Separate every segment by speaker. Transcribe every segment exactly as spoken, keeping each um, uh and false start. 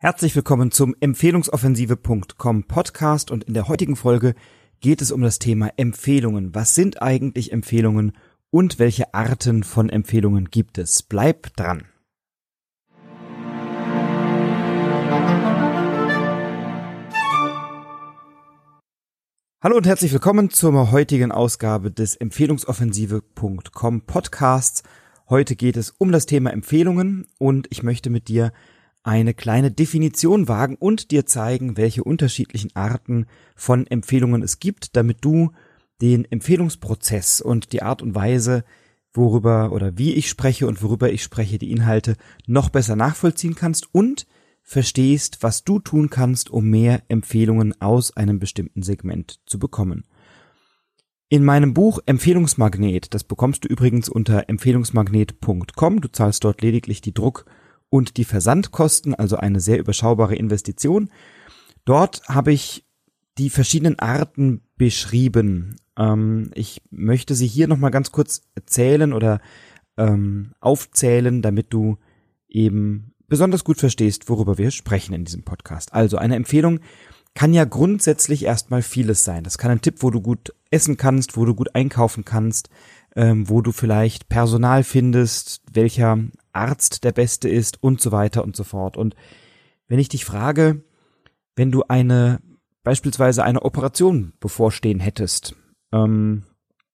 Speaker 1: Herzlich willkommen zum Empfehlungsoffensive Punkt com Podcast und in der heutigen Folge geht es um das Thema Empfehlungen. Was sind eigentlich Empfehlungen und welche Arten von Empfehlungen gibt es? Bleib dran! Hallo und herzlich willkommen zur heutigen Ausgabe des Empfehlungsoffensive Punkt com Podcasts. Heute geht es um das Thema Empfehlungen und ich möchte mit dir eine kleine Definition wagen und dir zeigen, welche unterschiedlichen Arten von Empfehlungen es gibt, damit du den Empfehlungsprozess und die Art und Weise, worüber oder wie ich spreche und worüber ich spreche, die Inhalte noch besser nachvollziehen kannst und verstehst, was du tun kannst, um mehr Empfehlungen aus einem bestimmten Segment zu bekommen. In meinem Buch Empfehlungsmagnet, das bekommst du übrigens unter empfehlungsmagnet Punkt com, du zahlst dort lediglich die Druck- und die Versandkosten, also eine sehr überschaubare Investition. Dort habe ich die verschiedenen Arten beschrieben. Ähm, ich möchte sie hier nochmal ganz kurz erzählen oder ähm, aufzählen, damit du eben besonders gut verstehst, worüber wir sprechen in diesem Podcast. Also eine Empfehlung kann ja grundsätzlich erstmal vieles sein. Das kann ein Tipp, wo du gut essen kannst, wo du gut einkaufen kannst, ähm, wo du vielleicht Personal findest, welcher Arzt der Beste ist und so weiter und so fort. Und wenn ich dich frage, wenn du eine, beispielsweise eine Operation bevorstehen hättest, ähm,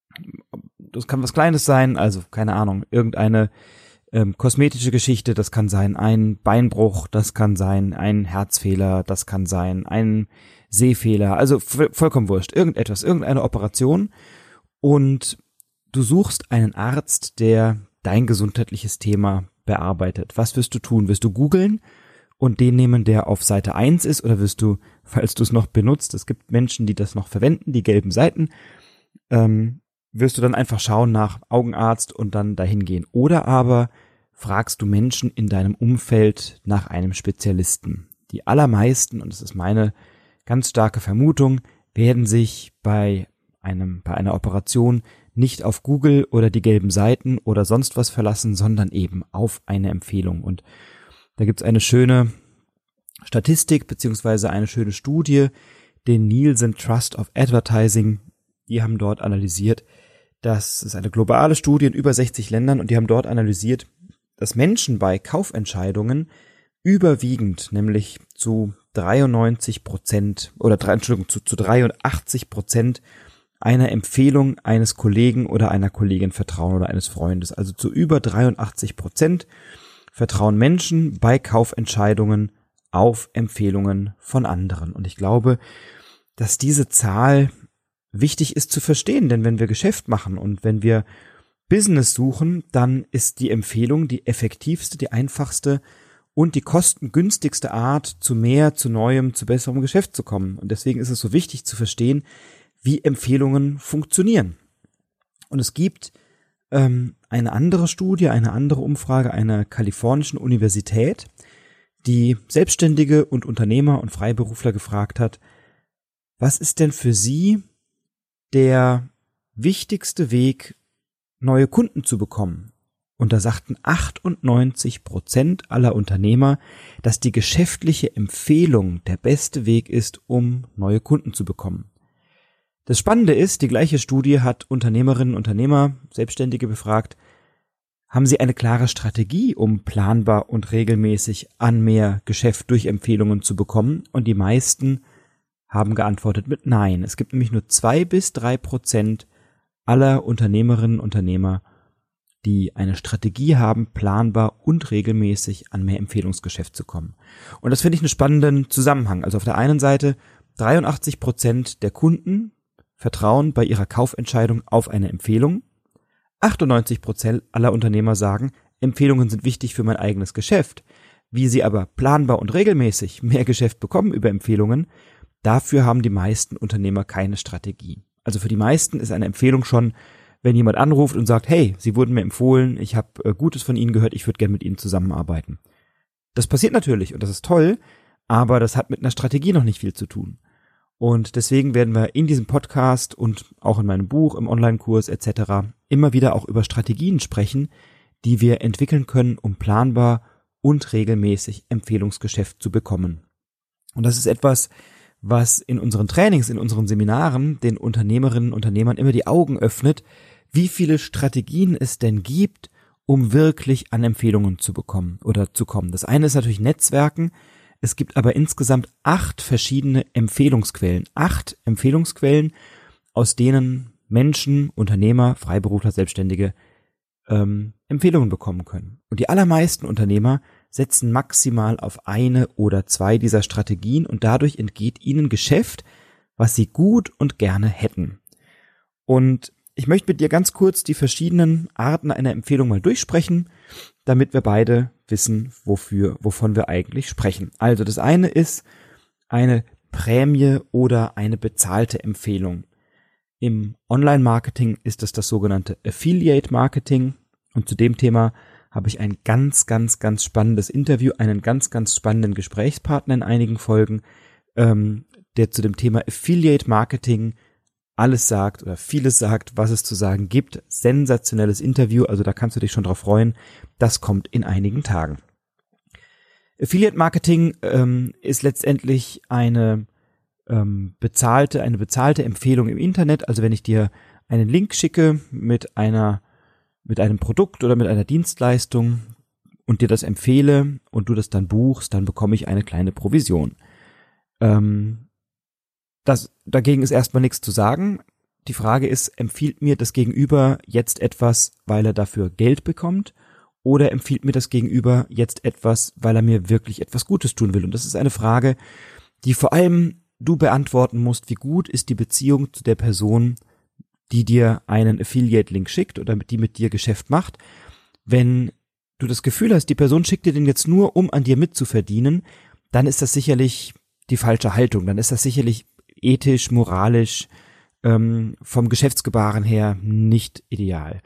Speaker 1: das kann was Kleines sein, also keine Ahnung, irgendeine ähm, kosmetische Geschichte, das kann sein ein Beinbruch, das kann sein ein Herzfehler, das kann sein ein Sehfehler, also v- vollkommen wurscht, irgendetwas, irgendeine Operation und du suchst einen Arzt, der dein gesundheitliches Thema bearbeitet. Was wirst du tun? Wirst du googeln und den nehmen, der auf Seite eins ist, oder wirst du, falls du es noch benutzt, es gibt Menschen, die das noch verwenden, die gelben Seiten, ähm, wirst du dann einfach schauen nach Augenarzt und dann dahin gehen. Oder aber fragst du Menschen in deinem Umfeld nach einem Spezialisten. Die allermeisten, und das ist meine ganz starke Vermutung, werden sich bei einem, bei einer Operation nicht auf Google oder die gelben Seiten oder sonst was verlassen, sondern eben auf eine Empfehlung. Und da gibt's eine schöne Statistik beziehungsweise eine schöne Studie, den Nielsen Trust of Advertising. Die haben dort analysiert, das ist eine globale Studie in über sechzig Ländern und die haben dort analysiert, dass Menschen bei Kaufentscheidungen überwiegend, nämlich zu dreiundneunzig Prozent oder Entschuldigung, zu, zu dreiundachtzig Prozent einer Empfehlung eines Kollegen oder einer Kollegin vertrauen oder eines Freundes. Also zu über dreiundachtzig Prozent vertrauen Menschen bei Kaufentscheidungen auf Empfehlungen von anderen. Und ich glaube, dass diese Zahl wichtig ist zu verstehen, denn wenn wir Geschäft machen und wenn wir Business suchen, dann ist die Empfehlung die effektivste, die einfachste und die kostengünstigste Art, zu mehr, zu neuem, zu besserem Geschäft zu kommen. Und deswegen ist es so wichtig zu verstehen, wie Empfehlungen funktionieren. Und es gibt ähm, eine andere Studie, eine andere Umfrage einer kalifornischen Universität, die Selbstständige und Unternehmer und Freiberufler gefragt hat, was ist denn für sie der wichtigste Weg, neue Kunden zu bekommen? Und da sagten achtundneunzig Prozent aller Unternehmer, dass die geschäftliche Empfehlung der beste Weg ist, um neue Kunden zu bekommen. Das Spannende ist, die gleiche Studie hat Unternehmerinnen und Unternehmer, Selbstständige befragt, haben sie eine klare Strategie, um planbar und regelmäßig an mehr Geschäft durch Empfehlungen zu bekommen? Und die meisten haben geantwortet mit Nein. Es gibt nämlich nur zwei bis drei Prozent aller Unternehmerinnen und Unternehmer, die eine Strategie haben, planbar und regelmäßig an mehr Empfehlungsgeschäft zu kommen. Und das finde ich einen spannenden Zusammenhang. Also auf der einen Seite dreiundachtzig Prozent der Kunden vertrauen bei ihrer Kaufentscheidung auf eine Empfehlung. achtundneunzig Prozent aller Unternehmer sagen, Empfehlungen sind wichtig für mein eigenes Geschäft. Wie sie aber planbar und regelmäßig mehr Geschäft bekommen über Empfehlungen, dafür haben die meisten Unternehmer keine Strategie. Also für die meisten ist eine Empfehlung schon, wenn jemand anruft und sagt, hey, Sie wurden mir empfohlen, ich habe äh, Gutes von Ihnen gehört, ich würde gerne mit Ihnen zusammenarbeiten. Das passiert natürlich und das ist toll, aber das hat mit einer Strategie noch nicht viel zu tun. Und deswegen werden wir in diesem Podcast und auch in meinem Buch, im Online-Kurs et cetera immer wieder auch über Strategien sprechen, die wir entwickeln können, um planbar und regelmäßig Empfehlungsgeschäft zu bekommen. Und das ist etwas, was in unseren Trainings, in unseren Seminaren den Unternehmerinnen und Unternehmern immer die Augen öffnet, wie viele Strategien es denn gibt, um wirklich an Empfehlungen zu bekommen oder zu kommen. Das eine ist natürlich Netzwerken. Es gibt aber insgesamt acht verschiedene Empfehlungsquellen. Acht Empfehlungsquellen, aus denen Menschen, Unternehmer, Freiberufler, Selbstständige ähm, Empfehlungen bekommen können. Und die allermeisten Unternehmer setzen maximal auf eine oder zwei dieser Strategien und dadurch entgeht ihnen Geschäft, was sie gut und gerne hätten. Und ich möchte mit dir ganz kurz die verschiedenen Arten einer Empfehlung mal durchsprechen, damit wir beide wissen, wofür, wovon wir eigentlich sprechen. Also das eine ist eine Prämie oder eine bezahlte Empfehlung. Im Online-Marketing ist es das sogenannte Affiliate-Marketing und zu dem Thema habe ich ein ganz, ganz, ganz spannendes Interview, einen ganz, ganz spannenden Gesprächspartner in einigen Folgen, ähm, der zu dem Thema Affiliate-Marketing alles sagt oder vieles sagt, was es zu sagen gibt. Sensationelles Interview, also da kannst du dich schon drauf freuen. Das kommt in einigen Tagen. Affiliate-Marketing ähm, ist letztendlich eine ähm, bezahlte, eine bezahlte Empfehlung im Internet. Also wenn ich dir einen Link schicke mit einer, mit einem Produkt oder mit einer Dienstleistung und dir das empfehle und du das dann buchst, dann bekomme ich eine kleine Provision. Ähm, Das, dagegen ist erstmal nichts zu sagen. Die Frage ist, empfiehlt mir das Gegenüber jetzt etwas, weil er dafür Geld bekommt, oder empfiehlt mir das Gegenüber jetzt etwas, weil er mir wirklich etwas Gutes tun will? Und das ist eine Frage, die vor allem du beantworten musst. Wie gut ist die Beziehung zu der Person, die dir einen Affiliate-Link schickt oder die mit dir Geschäft macht? Wenn du das Gefühl hast, die Person schickt dir den jetzt nur, um an dir mitzuverdienen, dann ist das sicherlich die falsche Haltung. Dann ist das sicherlich ethisch, moralisch, ähm, vom Geschäftsgebaren her nicht ideal.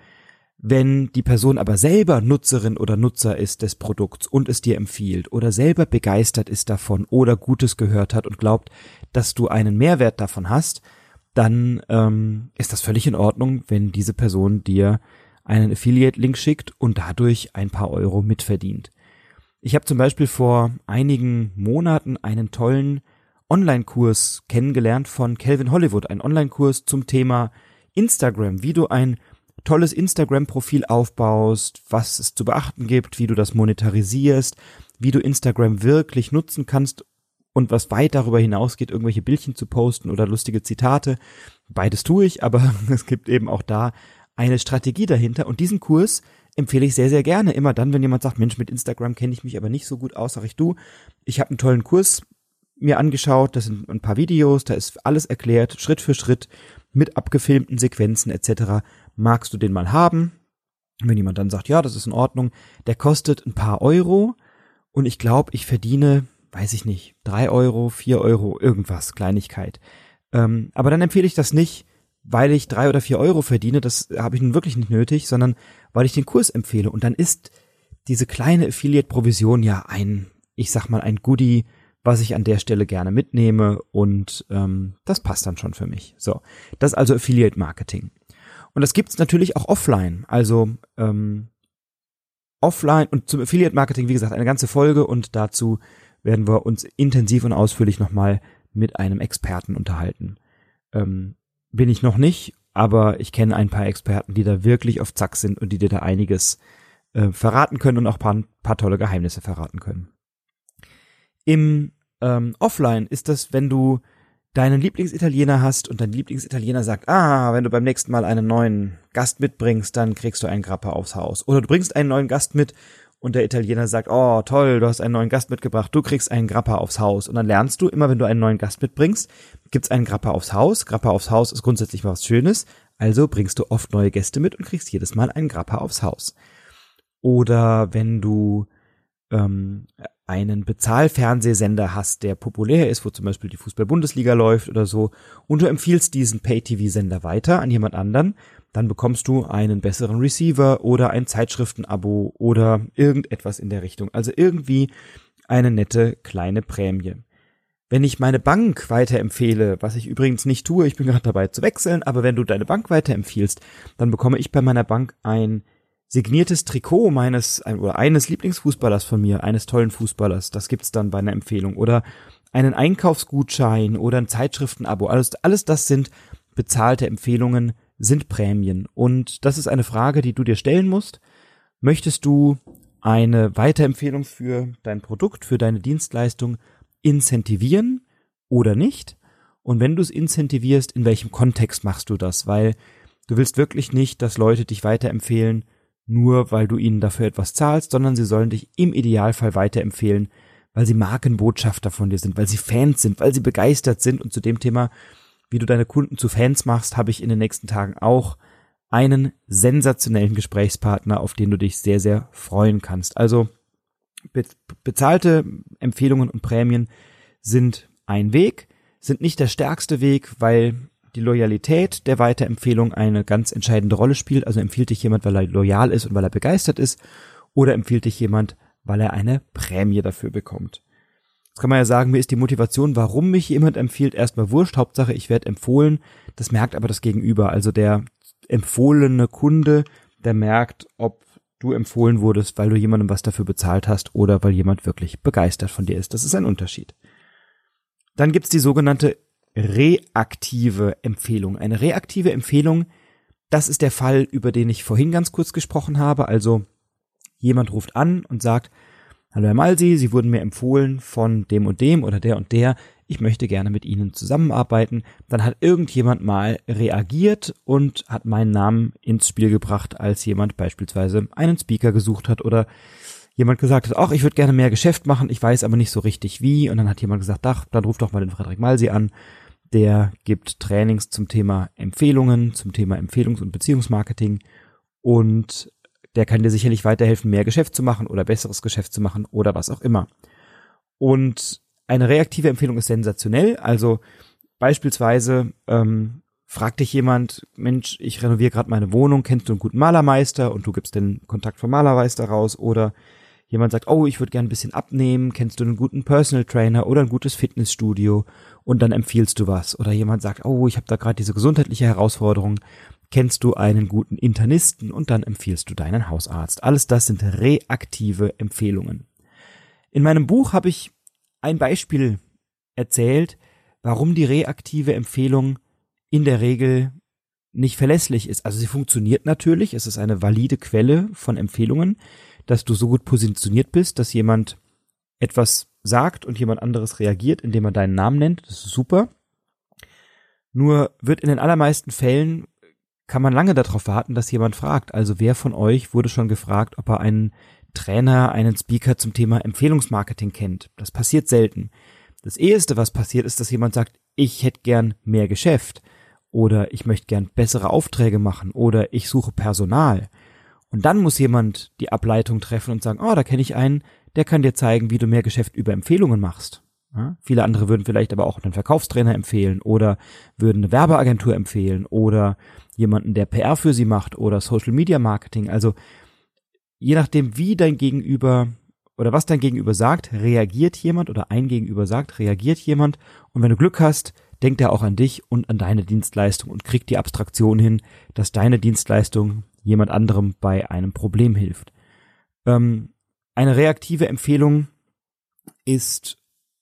Speaker 1: Wenn die Person aber selber Nutzerin oder Nutzer ist des Produkts und es dir empfiehlt oder selber begeistert ist davon oder Gutes gehört hat und glaubt, dass du einen Mehrwert davon hast, dann ähm, ist das völlig in Ordnung, wenn diese Person dir einen Affiliate-Link schickt und dadurch ein paar Euro mitverdient. Ich habe zum Beispiel vor einigen Monaten einen tollen Online-Kurs kennengelernt von Calvin Hollywood, ein Online-Kurs zum Thema Instagram, wie du ein tolles Instagram-Profil aufbaust, was es zu beachten gibt, wie du das monetarisierst, wie du Instagram wirklich nutzen kannst und was weit darüber hinausgeht, irgendwelche Bildchen zu posten oder lustige Zitate. Beides tue ich, aber es gibt eben auch da eine Strategie dahinter und diesen Kurs empfehle ich sehr, sehr gerne. Immer dann, wenn jemand sagt, Mensch, mit Instagram kenne ich mich aber nicht so gut aus, sage ich, du, ich habe einen tollen Kurs mir angeschaut, das sind ein paar Videos, da ist alles erklärt, Schritt für Schritt, mit abgefilmten Sequenzen et cetera. Magst du den mal haben? Wenn jemand dann sagt, ja, das ist in Ordnung, der kostet ein paar Euro und ich glaube, ich verdiene, weiß ich nicht, drei Euro, vier Euro, irgendwas, Kleinigkeit. Ähm, aber dann empfehle ich das nicht, weil ich drei oder vier Euro verdiene, das habe ich nun wirklich nicht nötig, sondern weil ich den Kurs empfehle. Und dann ist diese kleine Affiliate-Provision ja ein, ich sag mal, ein Goodie, was ich an der Stelle gerne mitnehme und ähm, das passt dann schon für mich. So, das ist also Affiliate-Marketing. Und das gibt's natürlich auch offline, also ähm, offline und zum Affiliate-Marketing, wie gesagt, eine ganze Folge und dazu werden wir uns intensiv und ausführlich nochmal mit einem Experten unterhalten. Ähm, bin ich noch nicht, aber ich kenne ein paar Experten, die da wirklich auf Zack sind und die dir da einiges äh, verraten können und auch ein paar, paar tolle Geheimnisse verraten können. Im ähm, Offline ist das, wenn du deinen Lieblingsitaliener hast und dein Lieblingsitaliener sagt, ah, wenn du beim nächsten Mal einen neuen Gast mitbringst, dann kriegst du einen Grappa aufs Haus. Oder du bringst einen neuen Gast mit und der Italiener sagt, oh toll, du hast einen neuen Gast mitgebracht, du kriegst einen Grappa aufs Haus. Und dann lernst du, immer wenn du einen neuen Gast mitbringst, gibt's einen Grappa aufs Haus. Grappa aufs Haus ist grundsätzlich was Schönes, also bringst du oft neue Gäste mit und kriegst jedes Mal einen Grappa aufs Haus. Oder wenn du ähm, einen Bezahlfernsehsender hast, der populär ist, wo zum Beispiel die Fußball-Bundesliga läuft oder so, und du empfiehlst diesen Pay-T V-Sender weiter an jemand anderen, dann bekommst du einen besseren Receiver oder ein Zeitschriftenabo oder irgendetwas in der Richtung. Also irgendwie eine nette kleine Prämie. Wenn ich meine Bank weiterempfehle, was ich übrigens nicht tue, ich bin gerade dabei zu wechseln, aber wenn du deine Bank weiterempfiehlst, dann bekomme ich bei meiner Bank ein signiertes Trikot meines oder eines Lieblingsfußballers von mir, eines tollen Fußballers, das gibt's dann bei einer Empfehlung, oder einen Einkaufsgutschein oder ein Zeitschriftenabo, alles, alles das sind bezahlte Empfehlungen, sind Prämien. Und das ist eine Frage, die du dir stellen musst. Möchtest du eine Weiterempfehlung für dein Produkt, für deine Dienstleistung incentivieren oder nicht? Und wenn du es incentivierst, in welchem Kontext machst du das? Weil du willst wirklich nicht, dass Leute dich weiterempfehlen, nur weil du ihnen dafür etwas zahlst, sondern sie sollen dich im Idealfall weiterempfehlen, weil sie Markenbotschafter von dir sind, weil sie Fans sind, weil sie begeistert sind. Und zu dem Thema, wie du deine Kunden zu Fans machst, habe ich in den nächsten Tagen auch einen sensationellen Gesprächspartner, auf den du dich sehr, sehr freuen kannst. Also be- bezahlte Empfehlungen und Prämien sind ein Weg, sind nicht der stärkste Weg, weil die Loyalität der Weiterempfehlung eine ganz entscheidende Rolle spielt. Also empfiehlt dich jemand, weil er loyal ist und weil er begeistert ist, oder empfiehlt dich jemand, weil er eine Prämie dafür bekommt. Jetzt kann man ja sagen, mir ist die Motivation, warum mich jemand empfiehlt, erstmal wurscht. Hauptsache, ich werde empfohlen. Das merkt aber das Gegenüber. Also der empfohlene Kunde, der merkt, ob du empfohlen wurdest, weil du jemandem was dafür bezahlt hast oder weil jemand wirklich begeistert von dir ist. Das ist ein Unterschied. Dann gibt's die sogenannte reaktive Empfehlung. Eine reaktive Empfehlung, das ist der Fall, über den ich vorhin ganz kurz gesprochen habe. Also jemand ruft an und sagt, hallo Herr Malsi, Sie wurden mir empfohlen von dem und dem oder der und der. Ich möchte gerne mit Ihnen zusammenarbeiten. Dann hat irgendjemand mal reagiert und hat meinen Namen ins Spiel gebracht, als jemand beispielsweise einen Speaker gesucht hat oder jemand gesagt hat, ach, ich würde gerne mehr Geschäft machen, ich weiß aber nicht so richtig wie. Und dann hat jemand gesagt, ach, dann ruf doch mal den Frederik Malsi an. Der gibt Trainings zum Thema Empfehlungen, zum Thema Empfehlungs- und Beziehungsmarketing, und der kann dir sicherlich weiterhelfen, mehr Geschäft zu machen oder besseres Geschäft zu machen oder was auch immer. Und eine reaktive Empfehlung ist sensationell. Also beispielsweise ähm, fragt dich jemand, Mensch, ich renoviere gerade meine Wohnung, kennst du einen guten Malermeister? Und du gibst den Kontakt vom Malermeister raus. Oder jemand sagt, oh, ich würde gerne ein bisschen abnehmen, kennst du einen guten Personal Trainer oder ein gutes Fitnessstudio? Und dann empfiehlst du was. Oder jemand sagt, oh, ich habe da gerade diese gesundheitliche Herausforderung, kennst du einen guten Internisten? Und dann empfiehlst du deinen Hausarzt. Alles das sind reaktive Empfehlungen. In meinem Buch habe ich ein Beispiel erzählt, warum die reaktive Empfehlung in der Regel nicht verlässlich ist. Also sie funktioniert natürlich, es ist eine valide Quelle von Empfehlungen, dass du so gut positioniert bist, dass jemand etwas sagt und jemand anderes reagiert, indem er deinen Namen nennt. Das ist super. Nur wird in den allermeisten Fällen, kann man lange darauf warten, dass jemand fragt. Also wer von euch wurde schon gefragt, ob er einen Trainer, einen Speaker zum Thema Empfehlungsmarketing kennt? Das passiert selten. Das Eheste, was passiert, ist, dass jemand sagt, ich hätte gern mehr Geschäft oder ich möchte gern bessere Aufträge machen oder ich suche Personal. Und dann muss jemand die Ableitung treffen und sagen, oh, da kenne ich einen, der kann dir zeigen, wie du mehr Geschäft über Empfehlungen machst. Ja, viele andere würden vielleicht aber auch einen Verkaufstrainer empfehlen oder würden eine Werbeagentur empfehlen oder jemanden, der P R für sie macht oder Social Media Marketing. Also je nachdem, wie dein Gegenüber oder was dein Gegenüber sagt, reagiert jemand oder ein Gegenüber sagt, reagiert jemand. Und wenn du Glück hast, denkt er auch an dich und an deine Dienstleistung und kriegt die Abstraktion hin, dass deine Dienstleistung jemand anderem bei einem Problem hilft. Ähm, eine reaktive Empfehlung ist,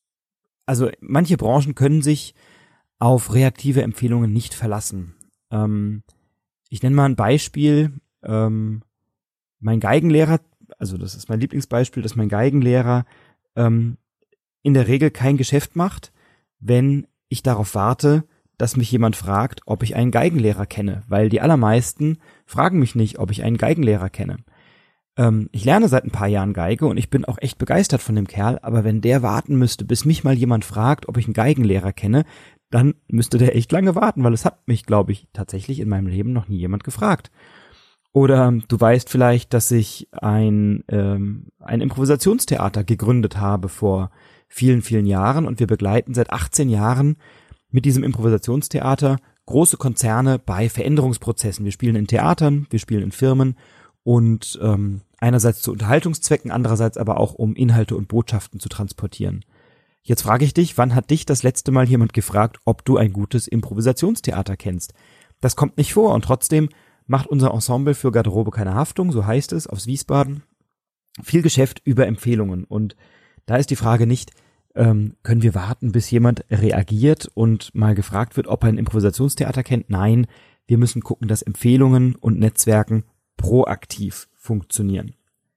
Speaker 1: also manche Branchen können sich auf reaktive Empfehlungen nicht verlassen. Ähm, ich nenne mal ein Beispiel. Ähm, mein Geigenlehrer, also das ist mein Lieblingsbeispiel, dass mein Geigenlehrer ähm, in der Regel kein Geschäft macht, wenn ich darauf warte, dass mich jemand fragt, ob ich einen Geigenlehrer kenne, weil die allermeisten fragen mich nicht, ob ich einen Geigenlehrer kenne. Ähm, ich lerne seit ein paar Jahren Geige und ich bin auch echt begeistert von dem Kerl, aber wenn der warten müsste, bis mich mal jemand fragt, ob ich einen Geigenlehrer kenne, dann müsste der echt lange warten, weil es hat mich, glaube ich, tatsächlich in meinem Leben noch nie jemand gefragt. Oder du weißt vielleicht, dass ich ein, ähm, ein Improvisationstheater gegründet habe vor vielen, vielen Jahren und wir begleiten seit achtzehn Jahren mit diesem Improvisationstheater große Konzerne bei Veränderungsprozessen. Wir spielen in Theatern, wir spielen in Firmen und ähm, einerseits zu Unterhaltungszwecken, andererseits aber auch um Inhalte und Botschaften zu transportieren. Jetzt frage ich dich, wann hat dich das letzte Mal jemand gefragt, ob du ein gutes Improvisationstheater kennst? Das kommt nicht vor und trotzdem macht unser Ensemble für Garderobe keine Haftung, so heißt es, aus Wiesbaden, viel Geschäft über Empfehlungen. Und da ist die Frage nicht, ähm, können wir warten, bis jemand reagiert und mal gefragt wird, ob er ein Improvisationstheater kennt? Nein, wir müssen gucken, dass Empfehlungen und Netzwerken proaktiv funktionieren.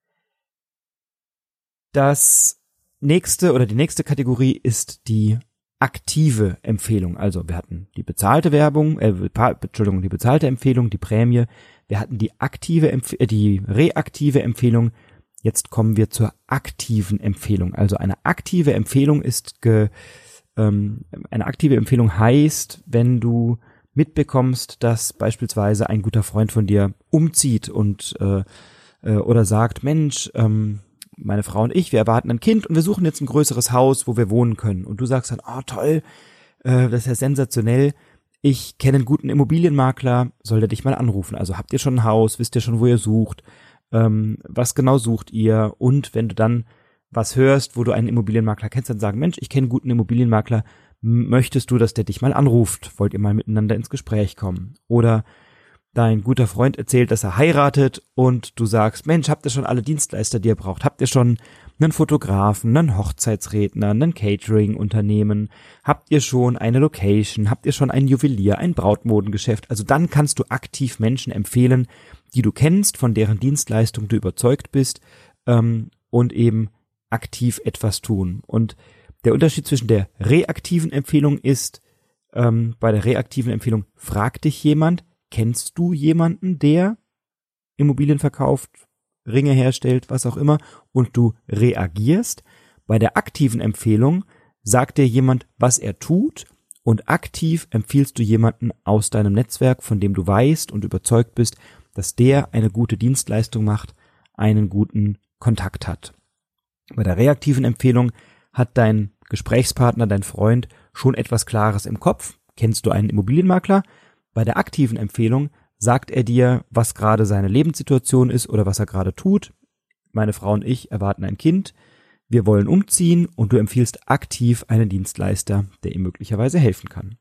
Speaker 1: Das nächste oder die nächste Kategorie ist die aktive Empfehlung. Also wir hatten die bezahlte Werbung, äh, Entschuldigung, die bezahlte Empfehlung, die Prämie. Wir hatten die aktive, Empf- äh, die reaktive Empfehlung. Jetzt kommen wir zur aktiven Empfehlung. Also eine aktive Empfehlung ist ge, ähm, eine aktive Empfehlung heißt, wenn du mitbekommst, dass beispielsweise ein guter Freund von dir umzieht und äh, äh, oder sagt, Mensch, ähm, meine Frau und ich, wir erwarten ein Kind und wir suchen jetzt ein größeres Haus, wo wir wohnen können. Und du sagst dann, oh toll, äh, das ist ja sensationell. Ich kenne einen guten Immobilienmakler, soll der dich mal anrufen? Also habt ihr schon ein Haus, wisst ihr schon, wo ihr sucht? Ähm, was genau sucht ihr? Und wenn du dann was hörst, wo du einen Immobilienmakler kennst, dann sagen, Mensch, ich kenne einen guten Immobilienmakler, möchtest du, dass der dich mal anruft? Wollt ihr mal miteinander ins Gespräch kommen? Oder dein guter Freund erzählt, dass er heiratet und du sagst, Mensch, habt ihr schon alle Dienstleister, die ihr braucht? Habt ihr schon einen Fotografen, einen Hochzeitsredner, einen Catering-Unternehmen? Habt ihr schon eine Location? Habt ihr schon ein Juwelier, ein Brautmodengeschäft? Also dann kannst du aktiv Menschen empfehlen, die du kennst, von deren Dienstleistung du überzeugt bist, ähm, und eben aktiv etwas tun. Und der Unterschied zwischen der reaktiven Empfehlung ist, ähm, bei der reaktiven Empfehlung fragt dich jemand, kennst du jemanden, der Immobilien verkauft, Ringe herstellt, was auch immer, und du reagierst. Bei der aktiven Empfehlung sagt dir jemand, was er tut, und aktiv empfiehlst du jemanden aus deinem Netzwerk, von dem du weißt und überzeugt bist, dass der eine gute Dienstleistung macht, einen guten Kontakt hat. Bei der reaktiven Empfehlung hat dein Gesprächspartner, dein Freund schon etwas Klares im Kopf. Kennst du einen Immobilienmakler? Bei der aktiven Empfehlung sagt er dir, was gerade seine Lebenssituation ist oder was er gerade tut. Meine Frau und ich erwarten ein Kind. Wir wollen umziehen und du empfiehlst aktiv einen Dienstleister, der ihm möglicherweise helfen kann.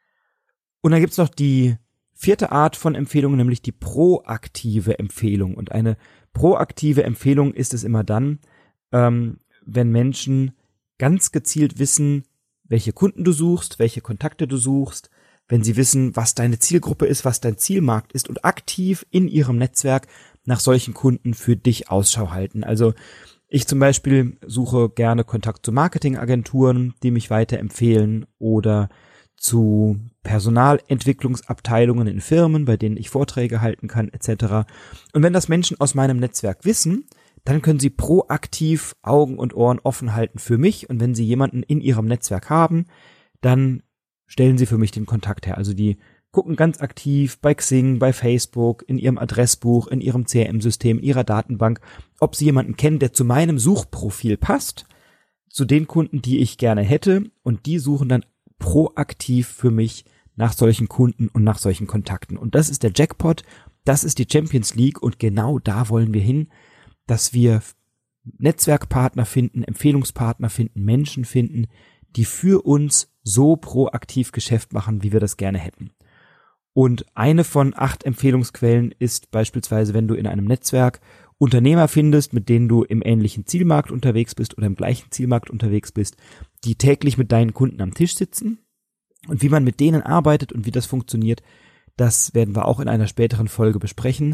Speaker 1: Und dann gibt's noch die vierte Art von Empfehlung, nämlich die proaktive Empfehlung. Und eine proaktive Empfehlung ist es immer dann, ähm, wenn Menschen ganz gezielt wissen, welche Kunden du suchst, welche Kontakte du suchst, wenn sie wissen, was deine Zielgruppe ist, was dein Zielmarkt ist und aktiv in ihrem Netzwerk nach solchen Kunden für dich Ausschau halten. Also ich zum Beispiel suche gerne Kontakt zu Marketingagenturen, die mich weiterempfehlen, oder zu Personalentwicklungsabteilungen in Firmen, bei denen ich Vorträge halten kann, et cetera. Und wenn das Menschen aus meinem Netzwerk wissen, dann können sie proaktiv Augen und Ohren offen halten für mich. Und wenn sie jemanden in ihrem Netzwerk haben, dann stellen sie für mich den Kontakt her. Also die gucken ganz aktiv bei Xing, bei Facebook, in ihrem Adressbuch, in ihrem C R M-System, ihrer Datenbank, ob sie jemanden kennen, der zu meinem Suchprofil passt, zu den Kunden, die ich gerne hätte, und die suchen dann proaktiv für mich nach solchen Kunden und nach solchen Kontakten. Und das ist der Jackpot, das ist die Champions League, und genau da wollen wir hin, dass wir Netzwerkpartner finden, Empfehlungspartner finden, Menschen finden, die für uns so proaktiv Geschäft machen, wie wir das gerne hätten. Und eine von acht Empfehlungsquellen ist beispielsweise, wenn du in einem Netzwerk Unternehmer findest, mit denen du im ähnlichen Zielmarkt unterwegs bist oder im gleichen Zielmarkt unterwegs bist, die täglich mit deinen Kunden am Tisch sitzen. Und wie man mit denen arbeitet und wie das funktioniert, das werden wir auch in einer späteren Folge besprechen.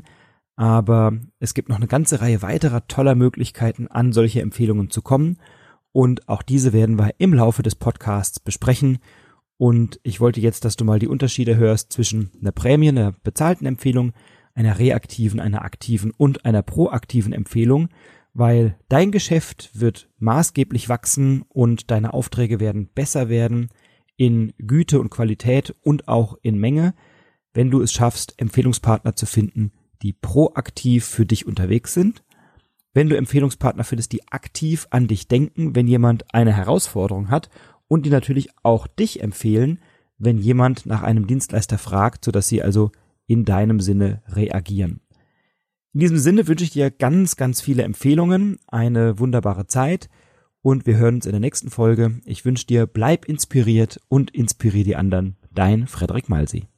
Speaker 1: Aber es gibt noch eine ganze Reihe weiterer toller Möglichkeiten, an solche Empfehlungen zu kommen. Und auch diese werden wir im Laufe des Podcasts besprechen. Und ich wollte jetzt, dass du mal die Unterschiede hörst zwischen einer Prämie, einer bezahlten Empfehlung, einer reaktiven, einer aktiven und einer proaktiven Empfehlung, weil dein Geschäft wird maßgeblich wachsen und deine Aufträge werden besser werden in Güte und Qualität und auch in Menge, wenn du es schaffst, Empfehlungspartner zu finden, die proaktiv für dich unterwegs sind. Wenn du Empfehlungspartner findest, die aktiv an dich denken, wenn jemand eine Herausforderung hat, und die natürlich auch dich empfehlen, wenn jemand nach einem Dienstleister fragt, sodass sie also in deinem Sinne reagieren. In diesem Sinne wünsche ich dir ganz, ganz viele Empfehlungen, eine wunderbare Zeit, und wir hören uns in der nächsten Folge. Ich wünsche dir, bleib inspiriert und inspiriere die anderen. Dein Frederik Malsi.